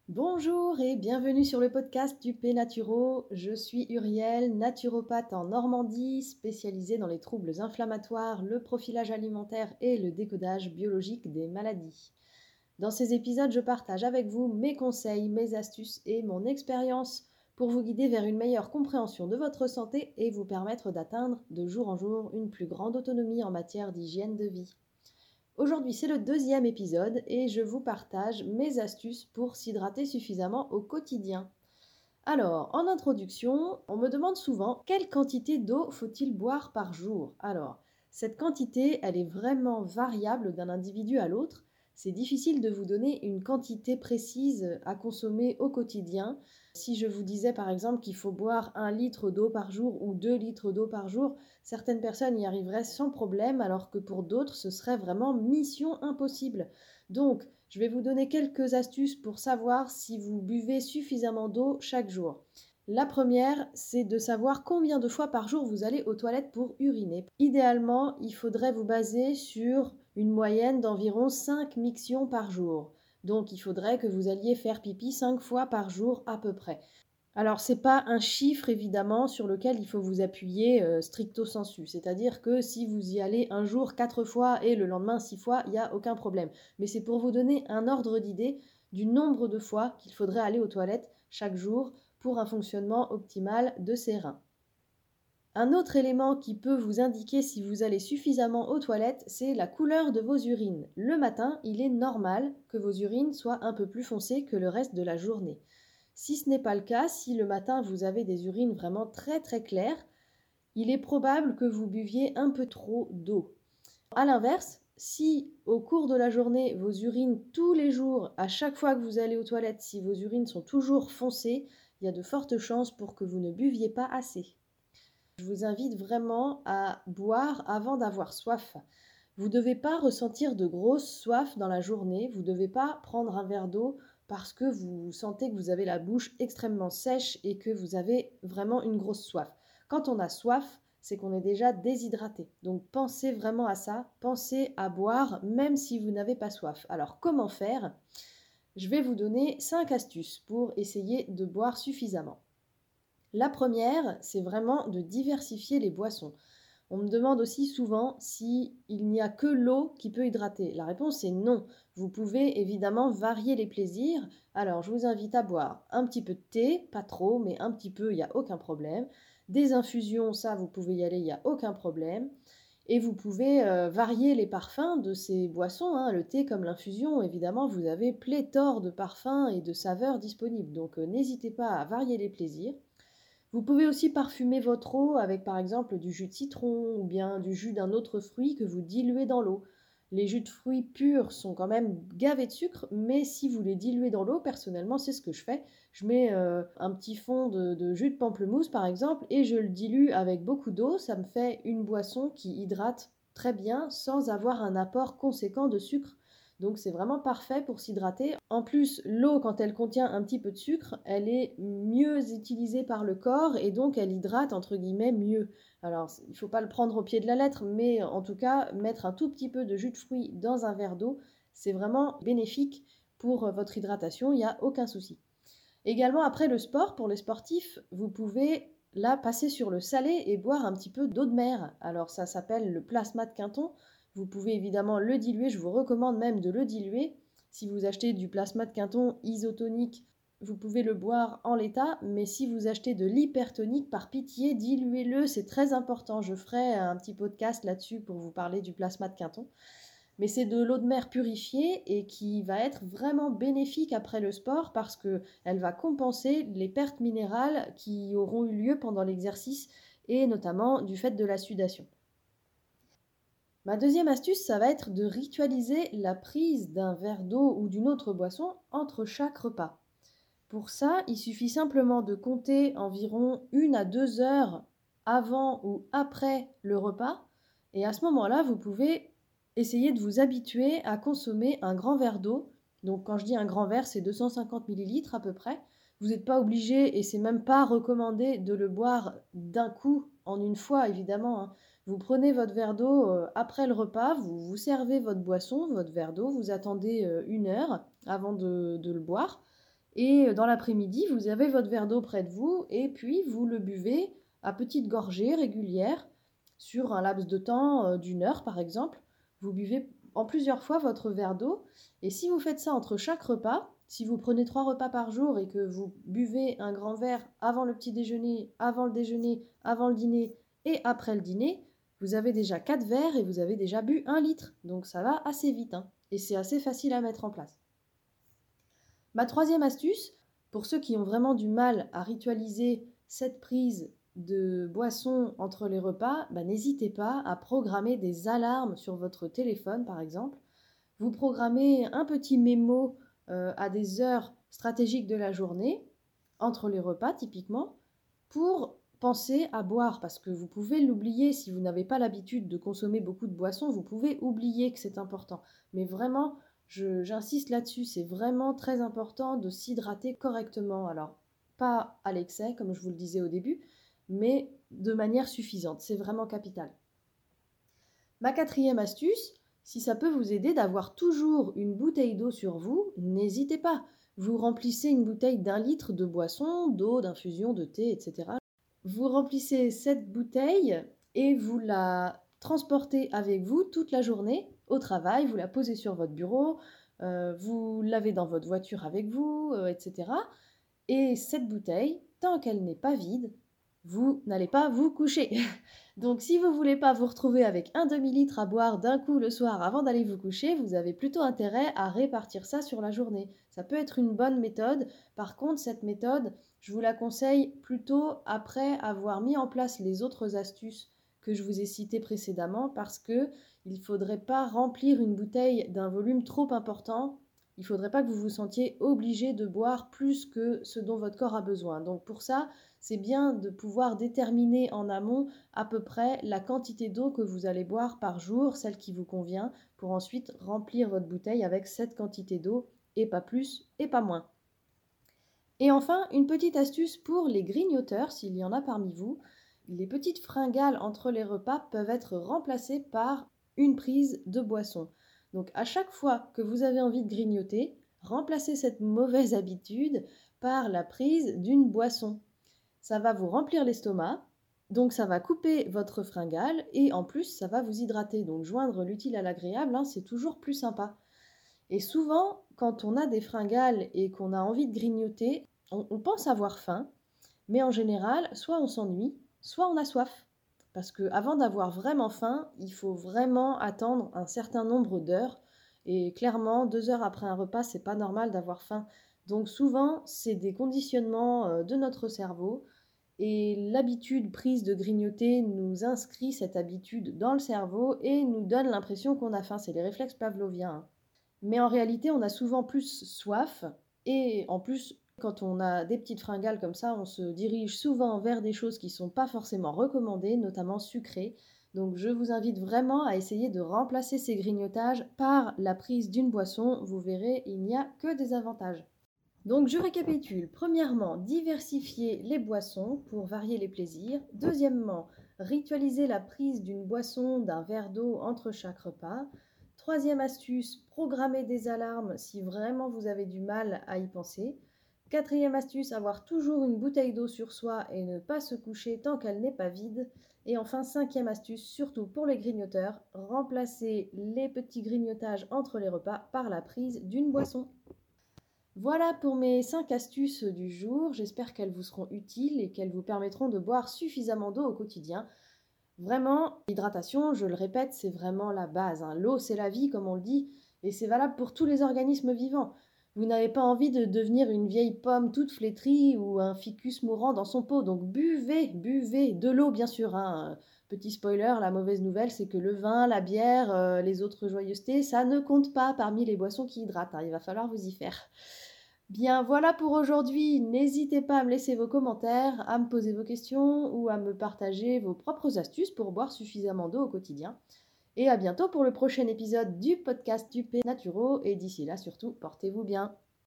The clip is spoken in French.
Bonjour et bienvenue sur le podcast du P Naturo. Je suis Uriel, naturopathe en Normandie, spécialisée dans les troubles inflammatoires, le profilage alimentaire et le décodage biologique des maladies. Dans ces épisodes, je partage avec vous mes conseils, mes astuces et mon expérience pour vous guider vers une meilleure compréhension de votre santé et vous permettre d'atteindre de jour en jour une plus grande autonomie en matière d'hygiène de vie. Aujourd'hui, c'est le deuxième épisode et je vous partage mes astuces pour s'hydrater suffisamment au quotidien. Alors, en introduction, on me demande souvent quelle quantité d'eau faut-il boire par jour. Alors, cette quantité, elle est vraiment variable d'un individu à l'autre. C'est difficile de vous donner une quantité précise à consommer au quotidien. Si je vous disais par exemple qu'il faut boire 1 litre d'eau par jour ou 2 litres d'eau par jour, certaines personnes y arriveraient sans problème, alors que pour d'autres, ce serait vraiment mission impossible. Donc, je vais vous donner quelques astuces pour savoir si vous buvez suffisamment d'eau chaque jour. La première, c'est de savoir combien de fois par jour vous allez aux toilettes pour uriner. Idéalement, il faudrait vous baser sur une moyenne d'environ 5 mictions par jour. Donc il faudrait que vous alliez faire pipi 5 fois par jour à peu près. Alors, ce n'est pas un chiffre, évidemment, sur lequel il faut vous appuyer stricto sensu. C'est-à-dire que si vous y allez un jour 4 fois et le lendemain 6 fois, il n'y a aucun problème. Mais c'est pour vous donner un ordre d'idée du nombre de fois qu'il faudrait aller aux toilettes chaque jour pour un fonctionnement optimal de ces reins. Un autre élément qui peut vous indiquer si vous allez suffisamment aux toilettes, c'est la couleur de vos urines. Le matin, il est normal que vos urines soient un peu plus foncées que le reste de la journée. Si ce n'est pas le cas, si le matin vous avez des urines vraiment très très claires, il est probable que vous buviez un peu trop d'eau. A l'inverse, si au cours de la journée, vos urines tous les jours, à chaque fois que vous allez aux toilettes, si vos urines sont toujours foncées, il y a de fortes chances pour que vous ne buviez pas assez. Je vous invite vraiment à boire avant d'avoir soif. Vous ne devez pas ressentir de grosse soif dans la journée, vous ne devez pas prendre un verre d'eau parce que vous sentez que vous avez la bouche extrêmement sèche et que vous avez vraiment une grosse soif. Quand on a soif, c'est qu'on est déjà déshydraté. Donc pensez vraiment à ça, pensez à boire même si vous n'avez pas soif. Alors comment faire? Je vais vous donner 5 astuces pour essayer de boire suffisamment. La première, c'est vraiment de diversifier les boissons. On me demande aussi souvent s'il n'y a que l'eau qui peut hydrater. La réponse est non. Vous pouvez évidemment varier les plaisirs. Alors, je vous invite à boire un petit peu de thé, pas trop, mais un petit peu, il n'y a aucun problème. Des infusions, ça, vous pouvez y aller, il n'y a aucun problème. Et vous pouvez varier les parfums de ces boissons, hein. Le thé comme l'infusion, évidemment, vous avez pléthore de parfums et de saveurs disponibles. Donc, n'hésitez pas à varier les plaisirs. Vous pouvez aussi parfumer votre eau avec par exemple du jus de citron ou bien du jus d'un autre fruit que vous diluez dans l'eau. Les jus de fruits purs sont quand même gavés de sucre, mais si vous les diluez dans l'eau, personnellement c'est ce que je fais. Je mets un petit fond de jus de pamplemousse par exemple et je le dilue avec beaucoup d'eau. Ça me fait une boisson qui hydrate très bien sans avoir un apport conséquent de sucre. Donc c'est vraiment parfait pour s'hydrater. En plus, l'eau, quand elle contient un petit peu de sucre, elle est mieux utilisée par le corps et donc elle hydrate entre guillemets mieux. Alors, il ne faut pas le prendre au pied de la lettre, mais en tout cas, mettre un tout petit peu de jus de fruits dans un verre d'eau, c'est vraiment bénéfique pour votre hydratation, il n'y a aucun souci. Également, après le sport, pour les sportifs, vous pouvez là passer sur le salé et boire un petit peu d'eau de mer. Alors ça s'appelle le plasma de Quinton. Vous pouvez évidemment le diluer, je vous recommande même de le diluer. Si vous achetez du plasma de Quinton isotonique, vous pouvez le boire en l'état, mais si vous achetez de l'hypertonique, par pitié, diluez-le, c'est très important. Je ferai un petit podcast là-dessus pour vous parler du plasma de Quinton. Mais c'est de l'eau de mer purifiée et qui va être vraiment bénéfique après le sport parce qu'elle va compenser les pertes minérales qui auront eu lieu pendant l'exercice et notamment du fait de la sudation. Ma deuxième astuce, ça va être de ritualiser la prise d'un verre d'eau ou d'une autre boisson entre chaque repas. Pour ça, il suffit simplement de compter environ 1 à 2 heures avant ou après le repas. Et à ce moment-là, vous pouvez essayer de vous habituer à consommer un grand verre d'eau. Donc quand je dis un grand verre, c'est 250 millilitres à peu près. Vous n'êtes pas obligé et c'est même pas recommandé de le boire d'un coup en une fois, évidemment, hein. Vous prenez votre verre d'eau après le repas, vous vous servez votre boisson, votre verre d'eau, vous attendez 1 heure avant de le boire. Et dans l'après-midi, vous avez votre verre d'eau près de vous et puis vous le buvez à petites gorgées régulières sur un laps de temps d'une heure par exemple. Vous buvez en plusieurs fois votre verre d'eau et si vous faites ça entre chaque repas, si vous prenez 3 repas par jour et que vous buvez un grand verre avant le petit déjeuner, avant le déjeuner, avant le dîner et après le dîner, vous avez déjà 4 verres et vous avez déjà bu 1 litre. Donc ça va assez vite, hein, et c'est assez facile à mettre en place. Ma troisième astuce, pour ceux qui ont vraiment du mal à ritualiser cette prise de boisson entre les repas, n'hésitez pas à programmer des alarmes sur votre téléphone par exemple. Vous programmez un petit mémo à des heures stratégiques de la journée, entre les repas typiquement, pour penser à boire, parce que vous pouvez l'oublier si vous n'avez pas l'habitude de consommer beaucoup de boissons, vous pouvez oublier que c'est important. Mais vraiment, j'insiste là-dessus, c'est vraiment très important de s'hydrater correctement. Alors, pas à l'excès, comme je vous le disais au début, mais de manière suffisante. C'est vraiment capital. Ma quatrième astuce, si ça peut vous aider d'avoir toujours une bouteille d'eau sur vous, n'hésitez pas. Vous remplissez une bouteille d'1 litre de boisson, d'eau, d'infusion, de thé, etc. Vous remplissez cette bouteille et vous la transportez avec vous toute la journée au travail, vous la posez sur votre bureau, vous l'avez dans votre voiture avec vous, etc. Et cette bouteille, tant qu'elle n'est pas vide, vous n'allez pas vous coucher. Donc si vous ne voulez pas vous retrouver avec un demi-litre à boire d'un coup le soir avant d'aller vous coucher, vous avez plutôt intérêt à répartir ça sur la journée. Ça peut être une bonne méthode. Par contre, cette méthode, je vous la conseille plutôt après avoir mis en place les autres astuces que je vous ai citées précédemment parce qu'il ne faudrait pas remplir une bouteille d'un volume trop important. Il ne faudrait pas que vous vous sentiez obligé de boire plus que ce dont votre corps a besoin. Donc pour ça, c'est bien de pouvoir déterminer en amont à peu près la quantité d'eau que vous allez boire par jour, celle qui vous convient, pour ensuite remplir votre bouteille avec cette quantité d'eau, et pas plus et pas moins. Et enfin, une petite astuce pour les grignoteurs, s'il y en a parmi vous. Les petites fringales entre les repas peuvent être remplacées par une prise de boisson. Donc à chaque fois que vous avez envie de grignoter, remplacez cette mauvaise habitude par la prise d'une boisson. Ça va vous remplir l'estomac, donc ça va couper votre fringale et en plus ça va vous hydrater. Donc joindre l'utile à l'agréable, hein, c'est toujours plus sympa. Et souvent, quand on a des fringales et qu'on a envie de grignoter, on pense avoir faim, mais en général, soit on s'ennuie, soit on a soif. Parce qu'avant d'avoir vraiment faim, il faut vraiment attendre un certain nombre d'heures. Et clairement, 2 heures après un repas, c'est pas normal d'avoir faim. Donc souvent, c'est des conditionnements de notre cerveau. Et l'habitude prise de grignoter nous inscrit cette habitude dans le cerveau et nous donne l'impression qu'on a faim. C'est les réflexes pavloviens, hein. Mais en réalité, on a souvent plus soif. Et en plus, quand on a des petites fringales comme ça, on se dirige souvent vers des choses qui ne sont pas forcément recommandées, notamment sucrées. Donc je vous invite vraiment à essayer de remplacer ces grignotages par la prise d'une boisson. Vous verrez, il n'y a que des avantages. Donc je récapitule. Premièrement, diversifier les boissons pour varier les plaisirs. Deuxièmement, ritualiser la prise d'une boisson, d'un verre d'eau entre chaque repas. Troisième astuce, programmer des alarmes si vraiment vous avez du mal à y penser. Quatrième astuce, avoir toujours une bouteille d'eau sur soi et ne pas se coucher tant qu'elle n'est pas vide. Et enfin, cinquième astuce, surtout pour les grignoteurs, remplacer les petits grignotages entre les repas par la prise d'une boisson. Voilà pour mes 5 astuces du jour. J'espère qu'elles vous seront utiles et qu'elles vous permettront de boire suffisamment d'eau au quotidien. Vraiment, l'hydratation, je le répète, c'est vraiment la base, hein. L'eau, c'est la vie, comme on le dit, et c'est valable pour tous les organismes vivants. Vous n'avez pas envie de devenir une vieille pomme toute flétrie ou un ficus mourant dans son pot, donc buvez de l'eau, bien sûr, hein. Petit spoiler, la mauvaise nouvelle, c'est que le vin, la bière, les autres joyeusetés, ça ne compte pas parmi les boissons qui hydratent, hein. Il va falloir vous y faire. Bien, voilà pour aujourd'hui. N'hésitez pas à me laisser vos commentaires, à me poser vos questions ou à me partager vos propres astuces pour boire suffisamment d'eau au quotidien. Et à bientôt pour le prochain épisode du podcast du P Naturo. Et d'ici là, surtout, portez-vous bien.